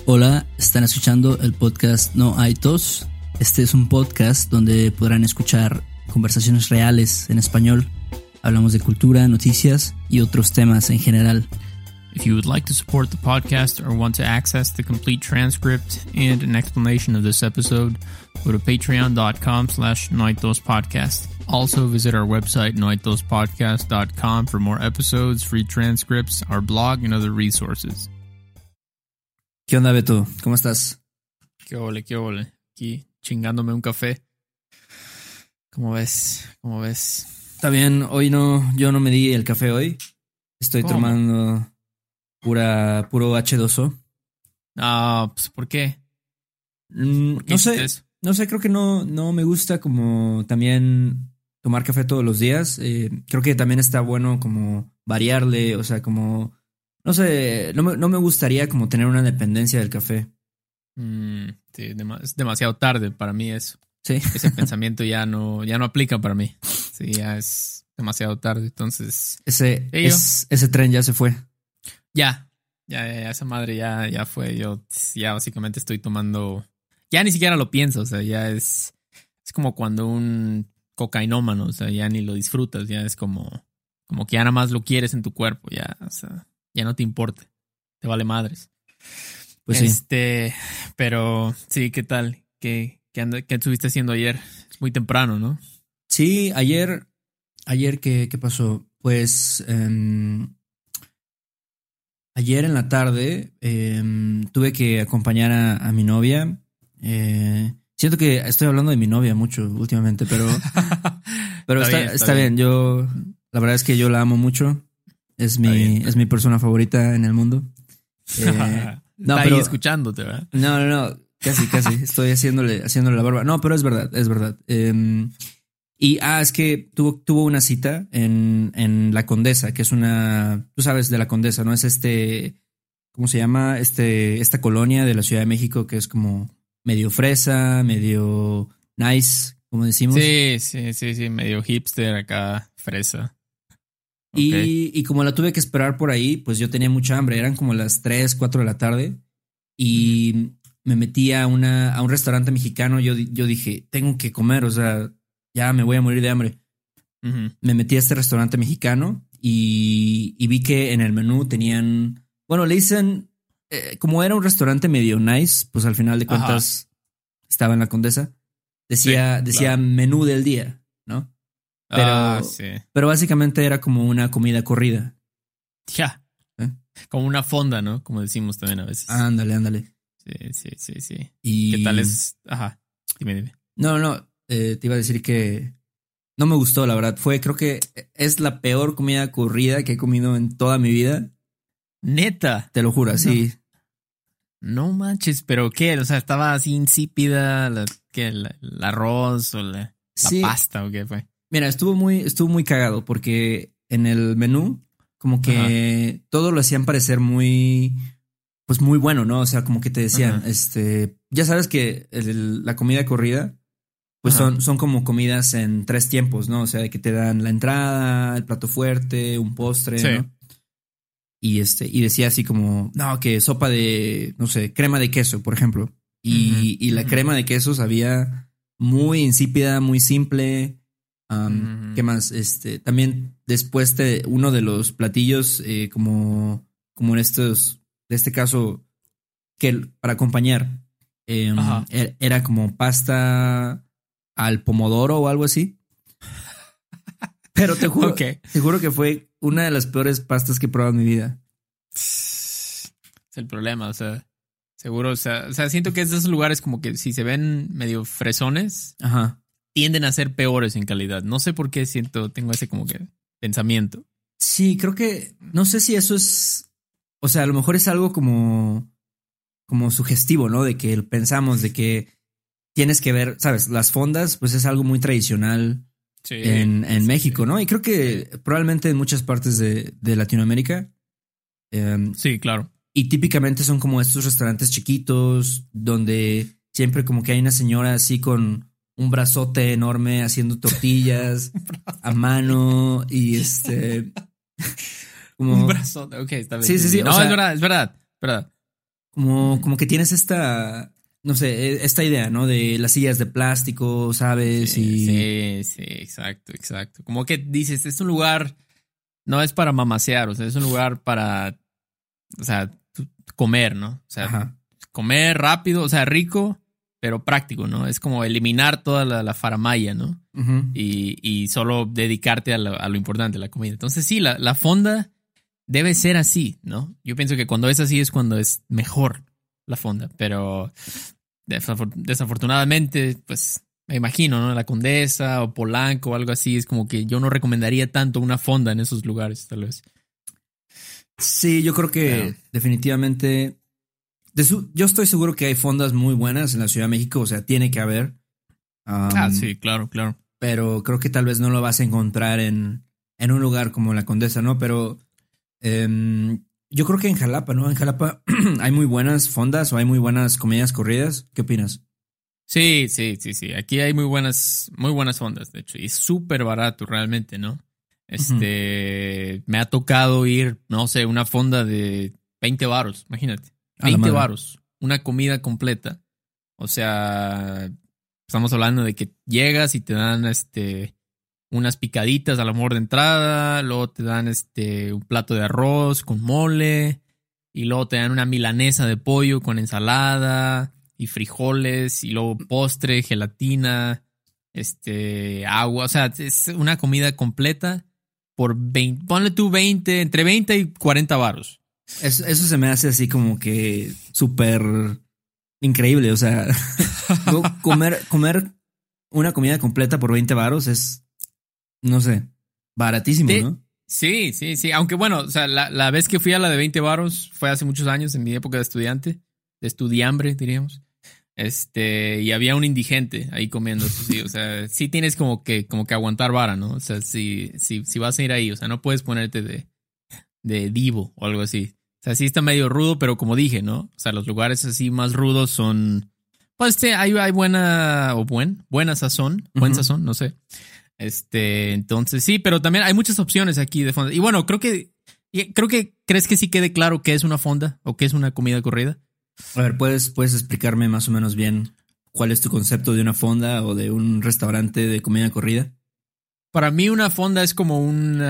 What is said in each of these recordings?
Hola, están escuchando el podcast No Hay Tos. Este es un podcast donde podrán escuchar conversaciones reales en español. Hablamos de cultura, noticias y otros temas en general. If you would like to support the podcast or want to access the complete transcript and an explanation of this episode, go to patreon.com/noitospodcast. Also visit our website, noitospodcast.com, for more episodes, free transcripts, our blog, and other resources. ¿Qué onda, Beto? ¿Cómo estás? Qué ole. Aquí chingándome un café. ¿Cómo ves? Está bien, yo no me di el café hoy. Estoy ¿Cómo? tomando puro H2O. Ah, pues ¿por qué? ¿Por qué No sé, hiciste eso? creo que no me gusta como también tomar café todos los días. Creo que también está bueno como variarle, o sea, como, no sé, no me gustaría como tener una dependencia del café. Sí, es demasiado tarde para mí eso. Sí. Ese pensamiento ya no aplica para mí. Sí, ya es demasiado tarde, entonces Ese tren ya se fue. ya, esa madre ya fue. Yo ya básicamente estoy tomando, ya ni siquiera lo pienso, o sea, ya es como cuando un cocainómano, o sea, ya ni lo disfrutas, ya es como que ya nada más lo quieres en tu cuerpo, ya, o sea, ya no te importa, te vale madres. Pues sí. Pero sí, ¿qué tal? ¿Qué estuviste haciendo ayer? Es muy temprano, ¿no? Sí, ayer ¿qué pasó? Pues ayer en la tarde tuve que acompañar a mi novia. Siento que estoy hablando de mi novia mucho últimamente, pero está bien. Yo, la verdad es que yo la amo mucho. Es mi persona favorita en el mundo. No, está pero ahí escuchándote, ¿verdad? No. Casi. Estoy haciéndole la barba. No, pero es verdad. Es que tuvo una cita en La Condesa, que es tú sabes de La Condesa, ¿no? Es ¿cómo se llama? Esta colonia de la Ciudad de México que es como medio fresa, medio nice, como decimos. Sí, medio hipster acá, fresa. Okay. Y como la tuve que esperar por ahí, pues yo tenía mucha hambre. Eran como las 3, 4 de la tarde y me metí a un restaurante mexicano. Yo dije, tengo que comer, o sea, ya me voy a morir de hambre. Uh-huh. Me metí a este restaurante mexicano y vi que en el menú tenían, bueno, le dicen, como era un restaurante medio nice, pues al final de cuentas estaba en La Condesa. Decía claro. menú del día, ¿no? Pero básicamente era como una comida corrida. Ya. Como una fonda, ¿no? Como decimos también a veces. Ándale. Sí. Y ¿qué tal es? Ajá. Dime. No. Te iba a decir que no me gustó, la verdad. Creo que es la peor comida corrida que he comido en toda mi vida. ¿Neta? Te lo juro, sí. No manches, ¿pero qué? O sea, estaba así insípida, el arroz o la pasta o qué fue. Mira, estuvo muy cagado porque en el menú como que todo lo hacían parecer muy bueno, ¿no? O sea, como que te decían, ya sabes que la comida corrida pues son como comidas en 3 tiempos, ¿no? O sea, de que te dan la entrada, el plato fuerte, un postre, ¿no? Y decía así como, no, que sopa de, no sé, crema de queso, por ejemplo. Y la crema de queso sabía muy insípida, muy simple. ¿Qué más? También después uno de los platillos, como en de este caso, que para acompañar, era como pasta al pomodoro o algo así. Pero te juro que fue una de las peores pastas que he probado en mi vida. Es el problema, o sea, seguro, o sea, siento que es de esos lugares como que si se ven medio fresones, tienden a ser peores en calidad. No sé por qué tengo ese como que pensamiento. Sí, creo que, no sé si eso es, o sea, a lo mejor es algo como sugestivo, ¿no? De que pensamos de que tienes que ver, ¿sabes? Las fondas, pues es algo muy tradicional en México, ¿no? Y creo que probablemente en muchas partes de Latinoamérica. Sí, claro. Y típicamente son como estos restaurantes chiquitos donde siempre como que hay una señora así con un brazote enorme haciendo tortillas a mano y como un brazote. Ok, está bien. Sí. No, es verdad. como que tienes esta, no sé, esta idea, ¿no? De las sillas de plástico, ¿sabes? Sí, exacto. Como que dices, es un lugar, no es para mamasear, o sea, es un lugar para, o sea, comer, ¿no? O sea, Ajá. comer rápido, o sea, rico, pero práctico, ¿no? Es como eliminar toda la faramalla, ¿no? Ujú. Y solo dedicarte a lo importante, la comida. Entonces sí, la fonda debe ser así, ¿no? Yo pienso que cuando es así es cuando es mejor la fonda, pero desafortunadamente, pues me imagino, ¿no? La Condesa o Polanco o algo así, es como que yo no recomendaría tanto una fonda en esos lugares, tal vez. Sí, yo creo que Pero, definitivamente. Yo estoy seguro que hay fondas muy buenas en la Ciudad de México, o sea, tiene que haber. sí, claro. Pero creo que tal vez no lo vas a encontrar en un lugar como la Condesa, ¿no? Pero yo creo que en Jalapa, ¿no? En Jalapa hay muy buenas fondas o hay muy buenas comidas corridas. ¿Qué opinas? Sí. Aquí hay muy buenas fondas, de hecho, y es súper barato realmente, ¿no? Ujú. Me ha tocado ir, no sé, una fonda de 20 varos, imagínate. A la 20 madre. varos, una comida completa. O sea, estamos hablando de que llegas y te dan unas picaditas a lo mejor de entrada, luego te dan un plato de arroz con mole, y luego te dan una milanesa de pollo con ensalada y frijoles, y luego postre, gelatina, agua. O sea, es una comida completa por 20, ponle tú 20, entre 20 y 40 varos. Eso se me hace así como que súper increíble. O sea, comer una comida completa por 20 varos es, no sé, baratísimo, Sí, ¿no? sí. Aunque bueno, o sea, la vez que fui a la de 20 varos fue hace muchos años, en mi época de estudiante, de estudiambre, diríamos. Y había un indigente ahí comiendo, eso sí. O sea, sí tienes como que aguantar vara, ¿no? O sea, si vas a ir ahí, o sea, no puedes ponerte de divo o algo así. O sea, sí está medio rudo, pero como dije, ¿no? O sea, los lugares así más rudos son, pues, hay buena sazón, buen Ujú. sazón, no sé. Entonces sí, pero también hay muchas opciones aquí de fonda. Y bueno, ¿crees que sí quede claro qué es una fonda o qué es una comida corrida? A ver, ¿puedes explicarme más o menos bien cuál es tu concepto de una fonda o de un restaurante de comida corrida? Para mí una fonda es como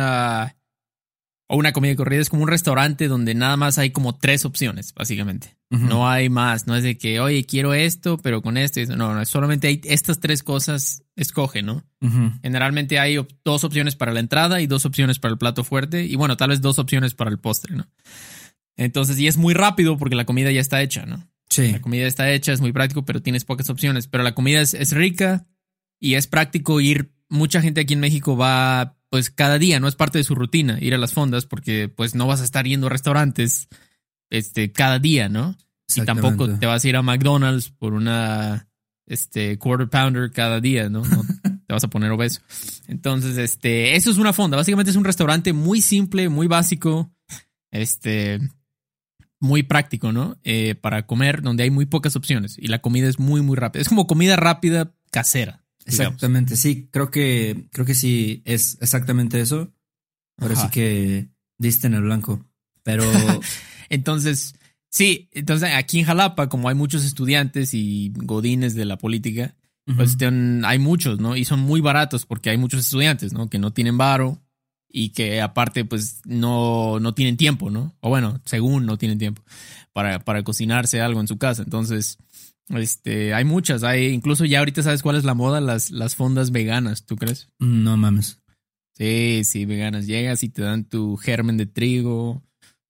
o una comida corrida es como un restaurante donde nada más hay como tres opciones, básicamente. Ujú. No hay más, no es de que, oye, quiero esto, pero con esto y eso. No, solamente hay estas tres cosas, escoge, ¿no? Ujú. Generalmente hay dos opciones para la entrada y dos opciones para el plato fuerte y bueno, tal vez dos opciones para el postre, ¿no? Entonces, y es muy rápido porque la comida ya está hecha, ¿no? La Sí, comida está hecha, es muy práctico, pero tienes pocas opciones. Pero la comida es rica y es práctico ir. Mucha gente aquí en México va, pues cada día, no es parte de su rutina ir a las fondas porque pues no vas a estar yendo a restaurantes cada día, ¿no? Y tampoco exactamente. te vas a ir a McDonald's por una quarter pounder cada día, ¿no? No te vas a poner obeso. Entonces, eso es una fonda. Básicamente es un restaurante muy simple, muy básico. Este, muy práctico, ¿no? Para comer, donde hay muy pocas opciones y la comida es muy rápida. Es como comida rápida casera, digamos. Exactamente, sí, creo que sí, es exactamente eso. Ahora sí Ajá. que diste en el blanco. Pero, Entonces, sí, entonces aquí en Jalapa, como hay muchos estudiantes y godines de la política, pues ujú, hay muchos, ¿no? Y son muy baratos porque hay muchos estudiantes, ¿no? Que no tienen varo y que aparte, pues, no tienen tiempo, ¿no? O bueno, según no tienen tiempo para cocinarse algo en su casa. Entonces, hay muchas, incluso ya ahorita sabes cuál es la moda, las fondas veganas, ¿tú crees? no mames. Sí, veganas. Llegas y te dan tu germen de trigo,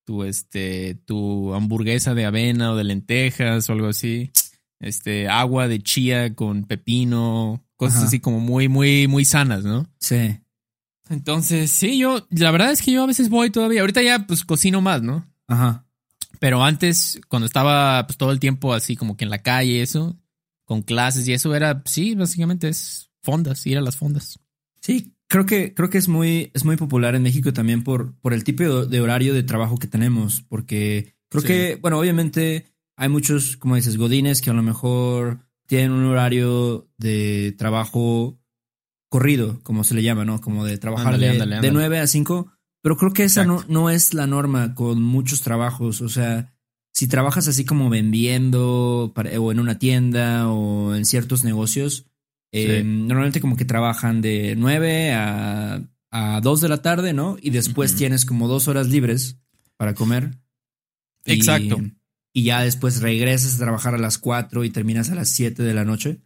tu hamburguesa de avena o de lentejas o algo así. Agua de chía con pepino, cosas así Ajá, como muy sanas, ¿no? sí, Entonces, sí, la verdad es que yo a veces voy todavía. Ahorita ya, pues, cocino más, ¿no? ajá. Pero antes, cuando estaba, pues, todo el tiempo así como que en la calle, eso, con clases y eso era, sí, básicamente es fondas, ir a las fondas. Sí, creo que es muy popular en México también por el tipo de horario de trabajo que tenemos, porque creo Sí. que, bueno, obviamente hay muchos, como dices, godines que a lo mejor tienen un horario de trabajo corrido, como se le llama, ¿no? Como de trabajar Ándale, de, ándale, de ándale. 9 a 5, pero creo que esa no, Exacto. no es la norma con muchos trabajos, o sea, si trabajas así como vendiendo o en una tienda o en ciertos negocios, normalmente como que trabajan de 9 a 2 de la tarde, ¿no? Y después tienes como 2 horas libres para comer. Exacto. Y ya después regresas a trabajar a las 4 y terminas a las 7 de la noche.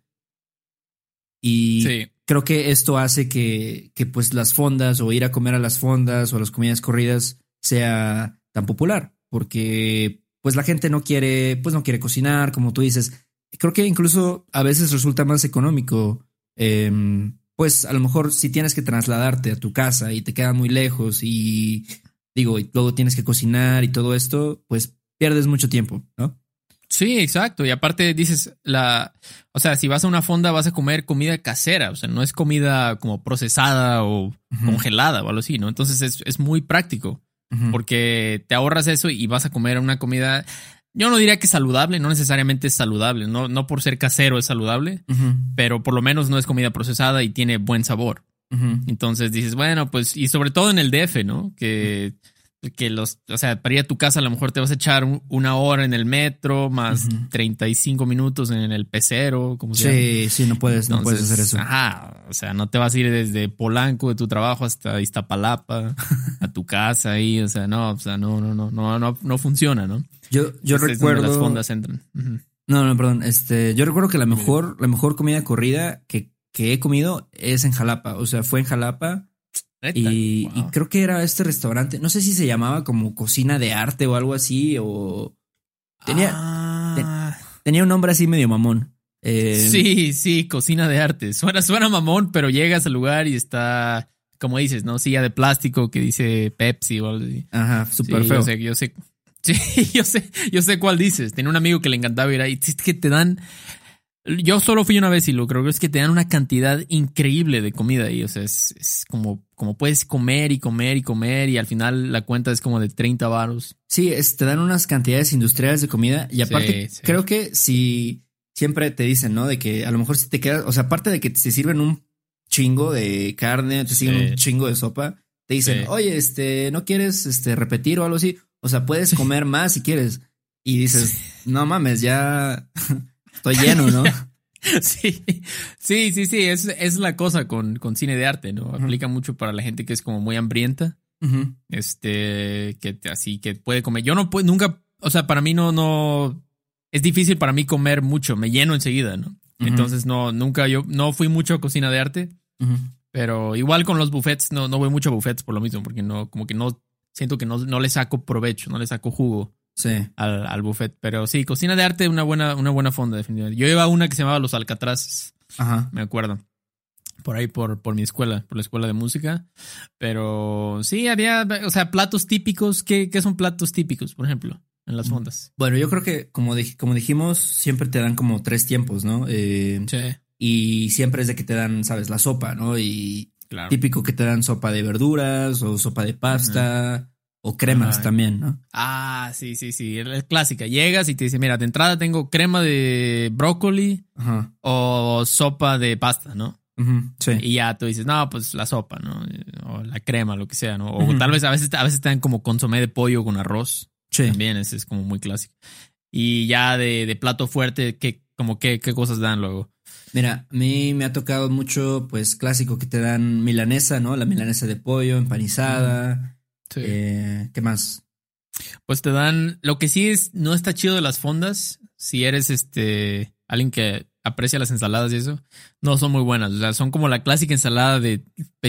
Y creo que esto hace que pues las fondas o ir a comer a las fondas o a las comidas corridas sea tan popular. Porque pues la gente no quiere cocinar, como tú dices. Creo que incluso a veces resulta más económico. Pues a lo mejor si tienes que trasladarte a tu casa y te queda muy lejos y luego tienes que cocinar y todo esto, pues pierdes mucho tiempo, ¿no? Sí, exacto. Y aparte dices, o sea, si vas a una fonda vas a comer comida casera, o sea, no es comida como procesada o congelada o algo así, ¿no? Entonces es muy práctico porque te ahorras eso y vas a comer una comida. Yo no diría que es saludable, no necesariamente es saludable, no por ser casero es saludable, pero por lo menos no es comida procesada y tiene buen sabor. Entonces dices, bueno, pues, y sobre todo en el DF, ¿no? Que o sea, para ir a tu casa a lo mejor te vas a echar 1 hora en el metro, más 35 minutos en el pecero, como sea. Sí, no puedes hacer eso. Ajá, o sea, no te vas a ir desde Polanco de tu trabajo hasta Iztapalapa a tu casa ahí, o sea, no funciona, ¿no? Yo recuerdo las fondas entran. No, perdón. Yo recuerdo que la mejor comida corrida que he comido es en Jalapa. O sea, fue en Jalapa. Y creo que era este restaurante. No sé si se llamaba como Cocina de Arte o algo así. O tenía un nombre así medio mamón. Sí, Cocina de Arte. Suena mamón, pero llegas al lugar y está, como dices, ¿no? Silla de plástico que dice Pepsi o algo así. Ajá, súper feo. Yo sé. Sí, yo sé cuál dices. Tenía un amigo que le encantaba ir ahí. Es que te dan. Yo solo fui una vez y lo creo que es que te dan una cantidad increíble de comida ahí. O sea, es como puedes comer y comer y comer y al final la cuenta es como de 30 varos. Sí, te dan unas cantidades industriales de comida y aparte creo que si siempre te dicen, ¿no? De que a lo mejor si te quedas, o sea, aparte de que te sirven un chingo de carne, te sirven un chingo de sopa, te dicen, oye, ¿no quieres repetir o algo así? O sea, puedes comer más si quieres. Y dices, no mames, ya estoy lleno, ¿no? Sí. Es la cosa con cine de arte, ¿no? Aplica mucho para la gente que es como muy hambrienta. Que puede comer. Yo no puedo, nunca, o sea, para mí no. Es difícil para mí comer mucho, me lleno enseguida, ¿no? Entonces nunca, yo no fui mucho a cocina de arte. Pero igual con los buffets, no voy mucho a buffets por lo mismo, porque como que no. Siento que no le saco provecho, no le saco jugo al buffet. Pero sí, cocina de arte, una buena fonda, definitivamente. Yo iba a una que se llamaba Los Alcatraces. Me acuerdo. Por ahí, por mi escuela, por la escuela de música. Pero sí, había, o sea, platos típicos. ¿Qué son platos típicos, por ejemplo, en las fondas? Bueno, yo creo que, como dijimos, siempre te dan como 3 tiempos, ¿no? Sí. Y siempre es de que te dan, ¿sabes? La sopa, ¿no? Y claro, típico que te dan sopa de verduras o sopa de pasta o cremas también, ¿no? Ah, sí. Es clásica. Llegas y te dicen, mira, de entrada tengo crema de brócoli o sopa de pasta, ¿no? Sí. Y ya tú dices, no, pues la sopa, ¿no? O la crema, lo que sea, ¿no? O tal vez a veces te dan como consomé de pollo con arroz. Sí. También ese es como muy clásico. Y ya de plato fuerte, ¿qué cosas dan luego? Mira, a mí me ha tocado mucho, pues, clásico que te dan milanesa, ¿no? La milanesa de pollo, empanizada. Sí. ¿Qué más? Pues te dan, lo que sí no está chido de las fondas, si eres alguien que aprecia las ensaladas y eso, no son muy buenas. O sea, son como la clásica ensalada de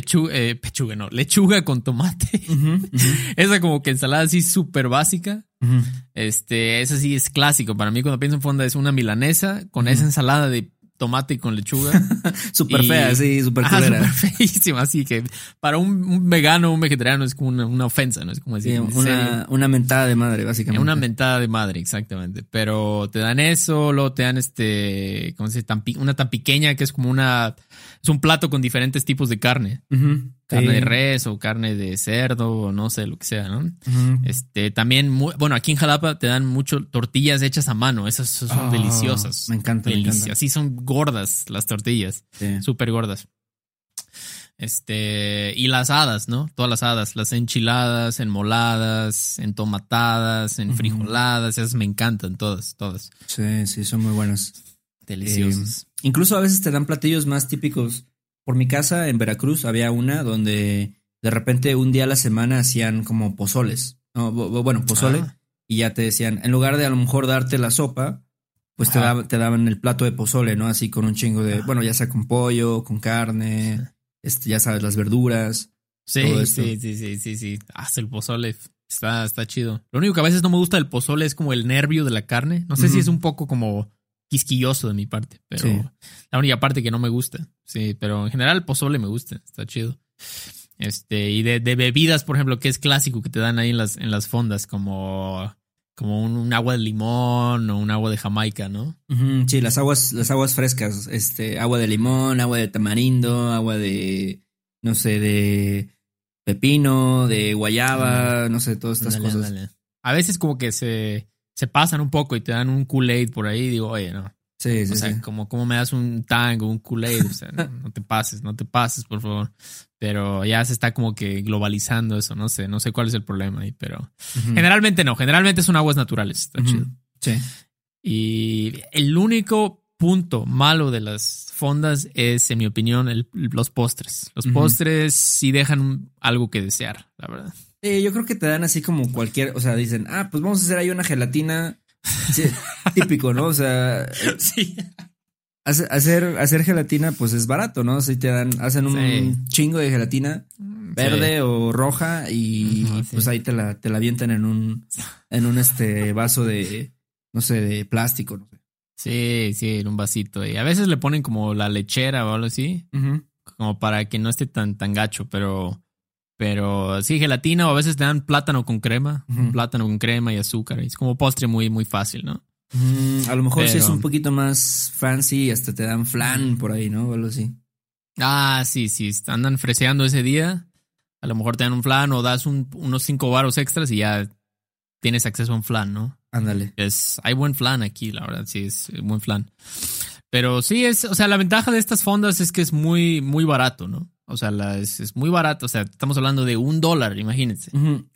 lechuga con tomate. Esa como que ensalada así súper básica. Esa sí es clásico. Para mí cuando pienso en fonda es una milanesa con esa ensalada de tomate con lechuga. Súper fea, sí, súper culera. Súper feísima, así que para un vegano, un vegetariano es como una ofensa, ¿no? Es como decir, una mentada de madre, básicamente. Una mentada de madre, exactamente. Pero te dan eso, luego te dan ¿cómo se dice? Una tan pequeña que es como es un plato con diferentes tipos de carne. Carne de res o carne de cerdo o no sé, lo que sea, ¿no? También, bueno, aquí en Jalapa te dan mucho tortillas hechas a mano. Esas son deliciosas. Me encanta. Así son gordas las tortillas. Sí. Súper gordas. Y las hadas, ¿no? Todas las hadas, las enchiladas, enmoladas, entomatadas, enfrijoladas, esas me encantan todas. Sí, son muy buenas. Deliciosas. Incluso a veces te dan platillos más típicos. Por mi casa en Veracruz había una donde de repente un día a la semana hacían como pozoles. No, bueno, pozole. Y ya te decían, en lugar de a lo mejor darte la sopa, pues te daban el plato de pozole, ¿no? Así con un chingo de, bueno, ya sea con pollo, con carne, ya sabes, las verduras. Sí. Hasta el pozole está chido. Lo único que a veces no me gusta del pozole es como el nervio de la carne. No sé si es un poco como quisquilloso de mi parte, pero la única parte que no me gusta. Sí, pero en general el pozole me gusta, está chido. Y de bebidas, por ejemplo, que es clásico que te dan ahí en las fondas, como un agua de limón o un agua de Jamaica, ¿no? Sí, las aguas frescas, agua de limón, agua de tamarindo, agua de, no sé, de pepino, de guayaba, no sé, todas estas cosas. Dale. A veces como que se pasan un poco y te dan un Kool-Aid por ahí, digo, oye, no. Sí. O sea, como me das un Tango, un Kool-Aid, o sea, no te pases, por favor. Pero ya se está como que globalizando eso, no sé cuál es el problema ahí, pero generalmente no, generalmente son aguas naturales, está chido. Sí. Y el único punto malo de las fondas es, en mi opinión, los postres. Los postres sí dejan algo que desear, la verdad. Yo creo que te dan así como cualquier, o sea, dicen, pues vamos a hacer ahí una gelatina. Sí, típico, ¿no? O sea, sí. Hacer gelatina, pues es barato, ¿no? Si hacen un chingo de gelatina verde o roja y pues ahí te la avientan en un vaso de, no sé, de plástico, no sé. Sí, en un vasito. Y a veces le ponen como la lechera o algo así, como para que no esté tan gacho, pero sí, gelatina, o a veces te dan plátano con crema, y azúcar. Es como postre muy, muy fácil, ¿no? A lo mejor si es un poquito más fancy, hasta te dan flan por ahí, ¿no? O algo así. Sí, andan freseando ese día. A lo mejor te dan un flan o das unos 5 varos extras y ya tienes acceso a un flan, ¿no? Ándale. Hay buen flan aquí, la verdad, sí, es buen flan. Pero sí, o sea, la ventaja de estas fondas es que es muy, muy barato, ¿no? O sea, es muy barato. O sea, estamos hablando de $1, imagínense.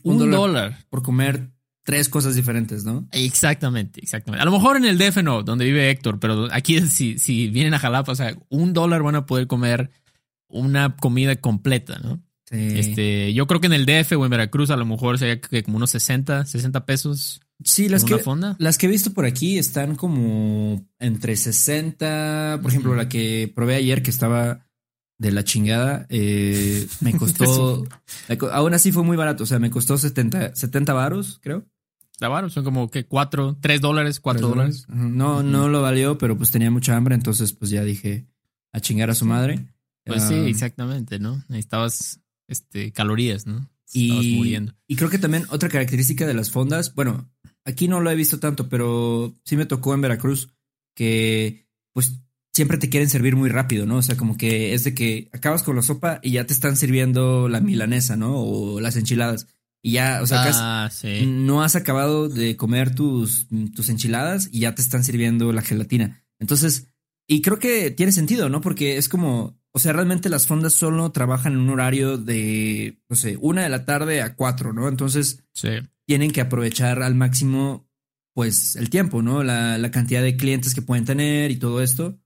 $1 por comer 3 cosas diferentes, ¿no? Exactamente. A lo mejor en el DF no, donde vive Héctor, pero aquí si vienen a Jalapa, o sea, $1 van a poder comer una comida completa, ¿no? Sí. Yo creo que en el DF o en Veracruz a lo mejor sería que como unos 60 pesos. Sí, las que he visto por aquí están como entre 60. Por ejemplo, la que probé ayer que estaba de la chingada, me costó, aún así fue muy barato, o sea, me costó 70 varos, creo. La varos son como que $3, $4. No lo valió, pero pues tenía mucha hambre, entonces pues ya dije a chingar a su madre. Pues sí, exactamente, ¿no? Necesitabas calorías, ¿no? Estabas muriendo. Y creo que también otra característica de las fondas, bueno, aquí no lo he visto tanto, pero sí me tocó en Veracruz que pues siempre te quieren servir muy rápido, ¿no? O sea, como que es de que acabas con la sopa y ya te están sirviendo la milanesa, ¿no? O las enchiladas. Y ya, o sea, no has acabado de comer tus enchiladas y ya te están sirviendo la gelatina. Entonces, y creo que tiene sentido, ¿no? Porque es como, o sea, realmente las fondas solo trabajan en un horario de, no sé, 1 de la tarde a 4, ¿no? Entonces, tienen que aprovechar al máximo, pues, el tiempo, ¿no? La cantidad de clientes que pueden tener y todo esto.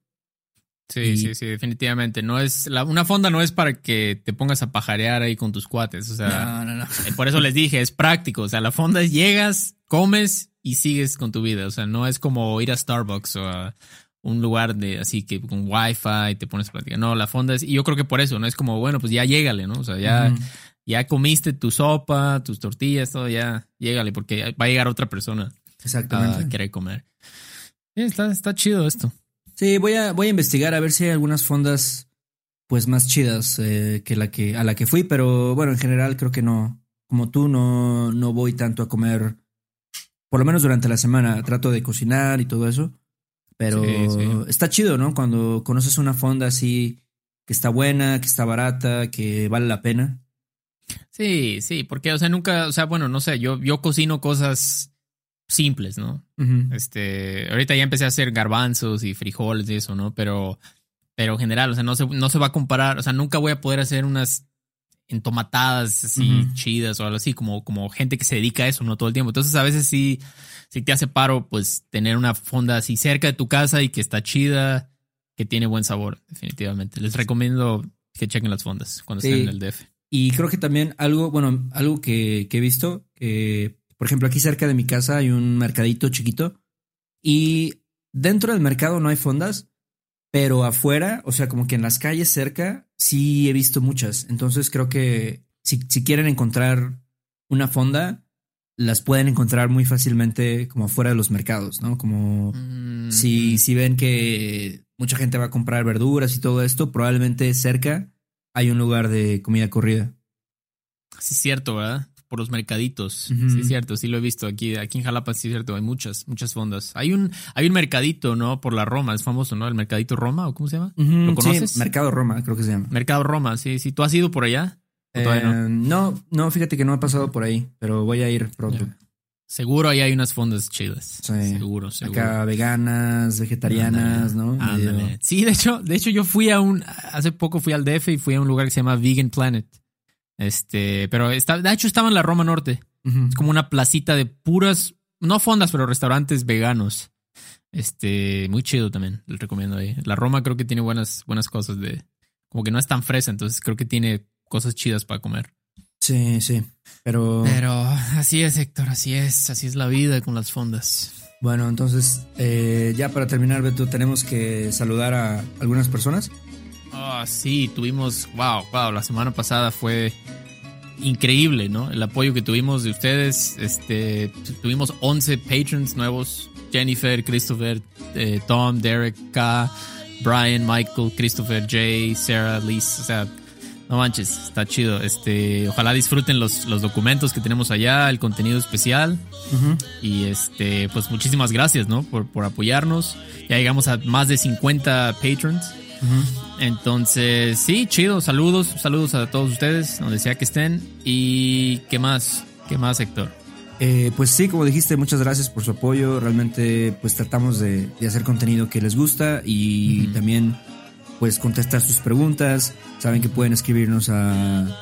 Sí, definitivamente. Una fonda no es para que te pongas a pajarear ahí con tus cuates. O sea, no. Por eso les dije, es práctico. O sea, la fonda es llegas, comes y sigues con tu vida. O sea, no es como ir a Starbucks o a un lugar de así que con wifi y te pones a platicar. No, la fonda es, y yo creo que por eso, no es como, bueno, pues ya llégale, ¿no? O sea, ya comiste tu sopa, tus tortillas, todo, ya llégale, porque va a llegar otra persona. Exactamente. A querer comer. Sí, está chido esto. Sí, voy a investigar a ver si hay algunas fondas pues más chidas que a la que fui, pero bueno, en general creo que no, como tú no voy tanto a comer, por lo menos durante la semana, trato de cocinar y todo eso, pero está chido, ¿no? Cuando conoces una fonda así que está buena, que está barata, que vale la pena. Sí, porque, o sea, nunca, o sea, bueno, no sé, yo cocino cosas simples, ¿no? Ahorita ya empecé a hacer garbanzos y frijoles y eso, ¿no? Pero Pero en general, o sea, no se va a comparar. O sea, nunca voy a poder hacer unas entomatadas así chidas o algo así, como gente que se dedica a eso, no todo el tiempo. Entonces, a veces sí te hace paro, pues, tener una fonda así cerca de tu casa y que está chida, que tiene buen sabor, definitivamente. Les recomiendo que chequen las fondas cuando estén en el DF. Y creo que también algo que he visto, que, por ejemplo, aquí cerca de mi casa hay un mercadito chiquito y dentro del mercado no hay fondas, pero afuera, o sea, como que en las calles cerca, sí he visto muchas. Entonces creo que si quieren encontrar una fonda, las pueden encontrar muy fácilmente como afuera de los mercados, ¿no? Como si ven que mucha gente va a comprar verduras y todo esto, probablemente cerca hay un lugar de comida corrida. Sí, es cierto, ¿verdad? Por los mercaditos. Sí, es cierto, sí lo he visto aquí en Jalapa, sí es cierto, hay muchas fondas. Hay un mercadito, ¿no? Por la Roma, es famoso, ¿no? El mercadito Roma, ¿o cómo se llama? ¿Lo conoces? Sí, Mercado Roma, creo que se llama. Mercado Roma, sí. ¿Tú has ido por allá? No, fíjate que no he pasado por ahí, pero voy a ir pronto. Yeah. Seguro ahí hay unas fondas chidas. Sí. Seguro. Acá veganas, vegetarianas, ¿no? Ándale. Sí, de hecho yo hace poco fui al DF y fui a un lugar que se llama Vegan Planet. Pero de hecho estaba en la Roma Norte. Es como una placita de puras, no fondas, pero restaurantes veganos. Muy chido también, les recomiendo ahí. La Roma creo que tiene buenas cosas como que no es tan fresa, entonces creo que tiene cosas chidas para comer. Sí, pero así es, Héctor, así es la vida con las fondas. Bueno, entonces, ya para terminar, Beto, tenemos que saludar a algunas personas. Sí, tuvimos, wow, la semana pasada fue increíble, ¿no? El apoyo que tuvimos de ustedes, tuvimos 11 patrons nuevos, Jennifer, Christopher, Tom, Derek, K, Brian, Michael, Christopher, Jay, Sarah, Liz, o sea, no manches, está chido. Ojalá disfruten los documentos que tenemos allá, el contenido especial. Y pues muchísimas gracias, ¿no? Por apoyarnos. Ya llegamos a más de 50 patrons. Entonces, sí, chido. Saludos a todos ustedes, donde sea que estén. ¿Y qué más, Héctor? Pues sí, como dijiste, muchas gracias por su apoyo. Realmente, pues tratamos de hacer contenido que les gusta y también, pues, contestar sus preguntas. Saben que pueden escribirnos a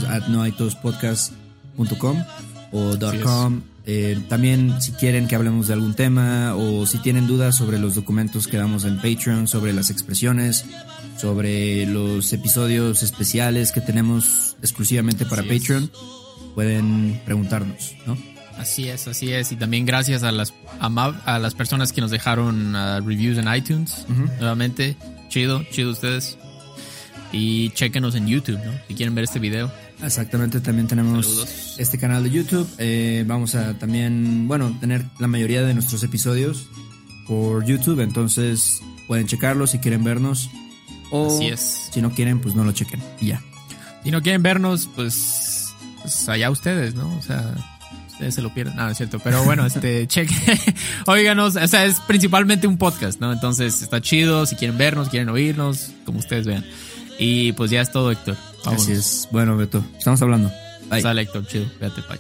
questions@noaitospodcast.com o .com. También si quieren que hablemos de algún tema o si tienen dudas sobre los documentos que damos en Patreon, sobre las expresiones, sobre los episodios especiales que tenemos exclusivamente para Patreon, pueden preguntarnos, ¿no? Así es. Y también gracias a las personas que nos dejaron reviews en iTunes. Nuevamente, chido ustedes. Y chéquenos en YouTube, ¿no? Si quieren ver este video. Exactamente, también tenemos este canal de YouTube. Vamos a también, tener la mayoría de nuestros episodios por YouTube. Entonces pueden checarlo si quieren vernos. O así es. Si no quieren, pues no lo chequen y ya. Si no quieren vernos, pues allá ustedes, ¿no? O sea, ustedes se lo pierden. No, es cierto. Pero bueno, chequen. Óiganos, o sea, es principalmente un podcast, ¿no? Entonces está chido. Si quieren vernos, quieren oírnos, como ustedes vean. Y pues ya es todo, Héctor. Vámonos. Así es. Bueno, Beto, estamos hablando. Bye. Sale, Héctor, chido. Fíjate, bye.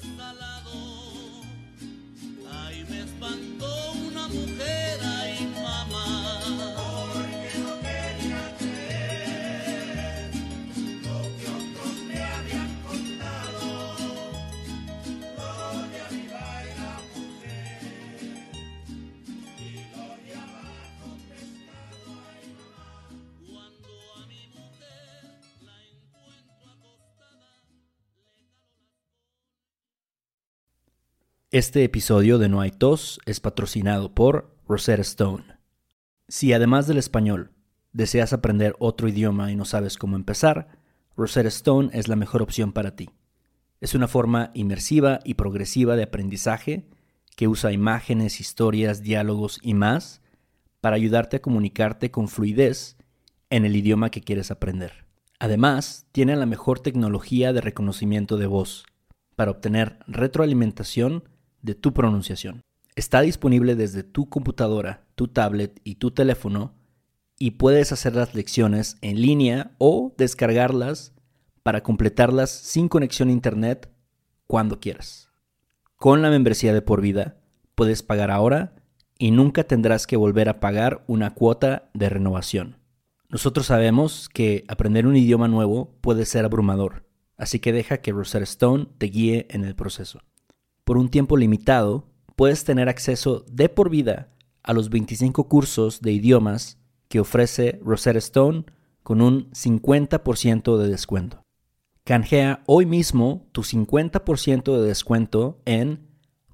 Este episodio de No hay tos es patrocinado por Rosetta Stone. Si además del español deseas aprender otro idioma y no sabes cómo empezar, Rosetta Stone es la mejor opción para ti. Es una forma inmersiva y progresiva de aprendizaje que usa imágenes, historias, diálogos y más para ayudarte a comunicarte con fluidez en el idioma que quieres aprender. Además, tiene la mejor tecnología de reconocimiento de voz para obtener retroalimentación de tu pronunciación. Está disponible desde tu computadora, tu tablet y tu teléfono y puedes hacer las lecciones en línea o descargarlas para completarlas sin conexión a internet cuando quieras. Con la membresía de por vida puedes pagar ahora y nunca tendrás que volver a pagar una cuota de renovación. Nosotros sabemos que aprender un idioma nuevo puede ser abrumador, así que deja que Rosetta Stone te guíe en el proceso. Por un tiempo limitado, puedes tener acceso de por vida a los 25 cursos de idiomas que ofrece Rosetta Stone con un 50% de descuento. Canjea hoy mismo tu 50% de descuento en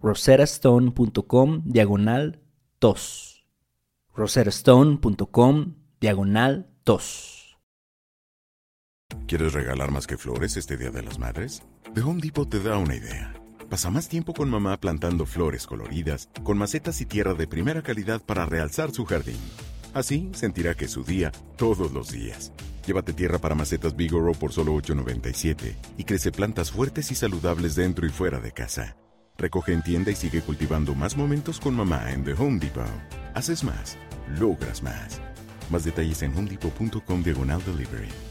rosettastone.com/tos. rosettastone.com/tos. ¿Quieres regalar más que flores este Día de las Madres? The Home Depot te da una idea. Pasa más tiempo con mamá plantando flores coloridas, con macetas y tierra de primera calidad para realzar su jardín. Así sentirá que es su día todos los días. Llévate tierra para macetas Vigoro por solo $8.97 y crece plantas fuertes y saludables dentro y fuera de casa. Recoge en tienda y sigue cultivando más momentos con mamá en The Home Depot. Haces más, logras más. Más detalles en homedepot.com/delivery.